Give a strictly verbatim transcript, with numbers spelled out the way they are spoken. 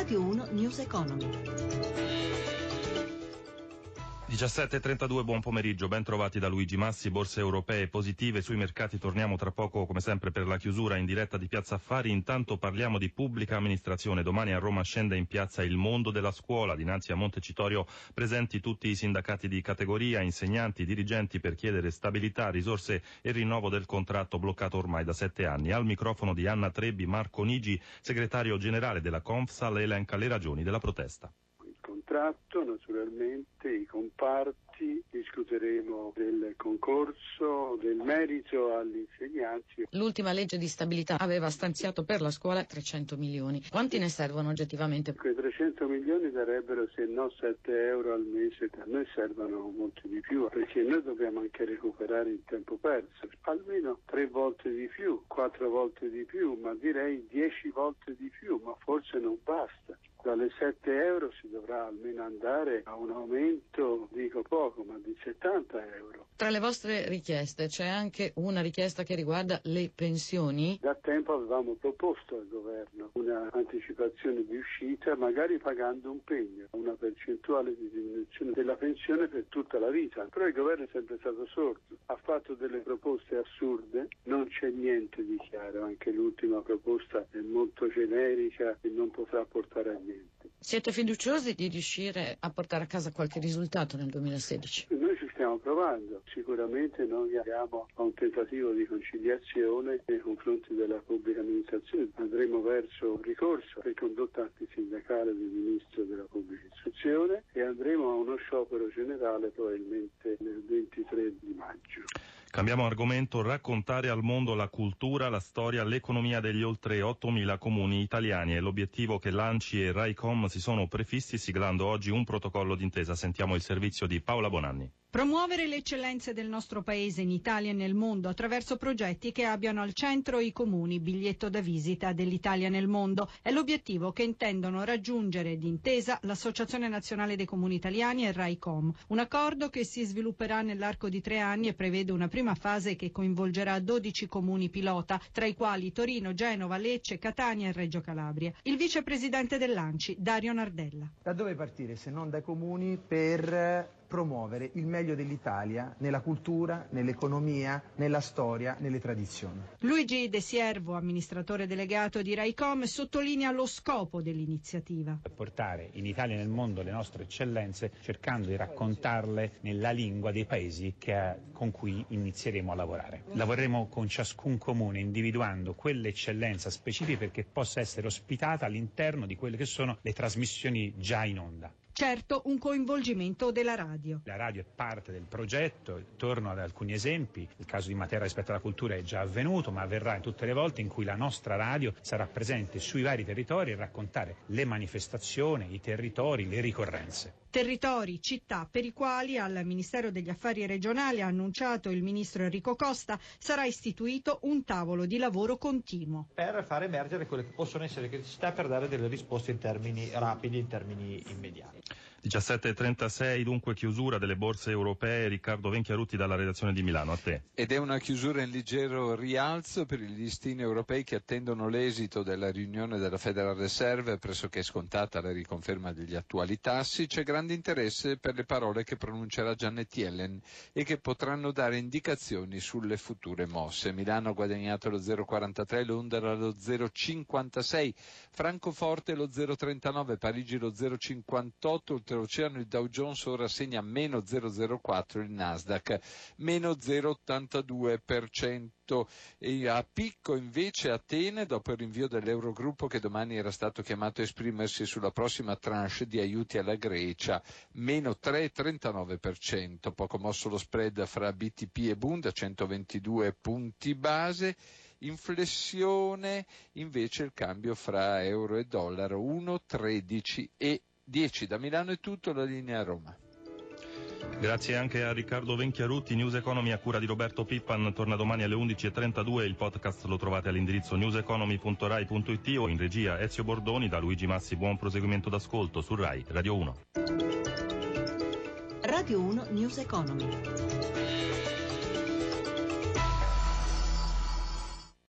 Radio uno News Economy. diciassette e trentadue, buon pomeriggio, ben trovati da Luigi Massi. Borse europee positive sui mercati, torniamo tra poco come sempre per la chiusura in diretta di Piazza Affari. Intanto parliamo di pubblica amministrazione. Domani a Roma scende in piazza il mondo della scuola, dinanzi a Montecitorio presenti tutti i sindacati di categoria, insegnanti, dirigenti, per chiedere stabilità, risorse e rinnovo del contratto bloccato ormai da sette anni. Al microfono di Anna Trebbi, Marco Nigi, segretario generale della Confsal, elenca le ragioni della protesta. Contratto, naturalmente, i comparti, discuteremo del concorso, del merito agli insegnanti. L'ultima legge di stabilità aveva stanziato per la scuola trecento milioni. Quanti ne servono oggettivamente? Quei trecento milioni darebbero, se no, sette euro al mese. A noi servono molti di più, perché noi dobbiamo anche recuperare il tempo perso. Almeno tre volte di più, quattro volte di più, ma direi dieci volte di più, ma forse non basta. Dalle sette euro si dovrà almeno andare a un aumento, dico poco, ma di settanta euro. Tra le vostre richieste c'è anche una richiesta che riguarda le pensioni? Da tempo avevamo proposto al governo una anticipazione di uscita, magari pagando un pegno, una percentuale di diminuzione della pensione per tutta la vita. Però il governo è sempre stato sordo, ha fatto delle proposte assurde, non c'è niente di chiaro, anche l'ultima proposta è molto generica e non potrà portare a niente. Siete fiduciosi di riuscire a portare a casa qualche risultato nel duemilasedici? Noi ci stiamo provando, sicuramente noi andiamo a un tentativo di conciliazione nei confronti della pubblica amministrazione, andremo verso un ricorso per condotta antisindacale del Ministro della Pubblica Istruzione e andremo a uno sciopero generale probabilmente nel ventitré di maggio. Cambiamo argomento, raccontare al mondo la cultura, la storia, l'economia degli oltre ottomila comuni italiani è l'obiettivo che l'ANCI e RAICOM si sono prefissi siglando oggi un protocollo d'intesa. Sentiamo il servizio di Paola Bonanni. Promuovere le eccellenze del nostro paese in Italia e nel mondo attraverso progetti che abbiano al centro i comuni, biglietto da visita dell'Italia nel mondo. È l'obiettivo che intendono raggiungere d'intesa l'Associazione Nazionale dei Comuni Italiani e RAICOM. Un accordo che si svilupperà nell'arco di tre anni e prevede una prima fase che coinvolgerà dodici comuni pilota, tra i quali Torino, Genova, Lecce, Catania e Reggio Calabria. Il vicepresidente dell'ANCI, Dario Nardella. Da dove partire se non dai comuni per promuovere il meglio dell'Italia nella cultura, nell'economia, nella storia, nelle tradizioni. Luigi De Siervo, amministratore delegato di RAICOM, sottolinea lo scopo dell'iniziativa. Portare in Italia e nel mondo le nostre eccellenze cercando di raccontarle nella lingua dei paesi che, con cui inizieremo a lavorare. Lavoreremo con ciascun comune individuando quell'eccellenza specifica perché possa essere ospitata all'interno di quelle che sono le trasmissioni già in onda. Certo, un coinvolgimento della radio. La radio è parte del progetto, torno ad alcuni esempi, il caso di Matera rispetto alla cultura è già avvenuto, ma avverrà in tutte le volte in cui la nostra radio sarà presente sui vari territori e raccontare le manifestazioni, i territori, le ricorrenze. Territori, città per i quali al Ministero degli Affari Regionali, ha annunciato il ministro Enrico Costa, sarà istituito un tavolo di lavoro continuo. Per far emergere quelle che possono essere criticità, per dare delle risposte in termini rapidi, in termini immediati. diciassette e trentasei, dunque chiusura delle borse europee. Riccardo Venchiarutti dalla redazione di Milano, a te. Ed è una chiusura in leggero rialzo per i listini europei che attendono l'esito della riunione della Federal Reserve, pressoché scontata la riconferma degli attuali tassi. C'è grande interesse per le parole che pronuncerà Janet Yellen e che potranno dare indicazioni sulle future mosse. Milano ha guadagnato lo zero virgola quarantatré, Londra lo zero virgola cinquantasei, Francoforte lo zero virgola trentanove, Parigi lo zero virgola cinquantotto, oltreoceano il Dow Jones ora segna meno zero virgola zero quattro, il Nasdaq meno zero virgola ottantadue per cento. E a picco invece Atene, dopo il rinvio dell'Eurogruppo che domani era stato chiamato a esprimersi sulla prossima tranche di aiuti alla Grecia, meno tre virgola trentanove per cento. Poco mosso lo spread fra B T P e Bund a centoventidue punti base. In flessione invece il cambio fra euro e dollaro uno virgola tredici e dieci. Da Milano è tutto, la linea a Roma. Grazie anche a Riccardo Venchiarutti. News Economy a cura di Roberto Pippan torna domani alle undici e trentadue. Il podcast lo trovate all'indirizzo newseconomy punto rai punto it o in regia Ezio Bordoni. Da Luigi Massi buon proseguimento d'ascolto su Rai Radio uno. Radio uno News Economy.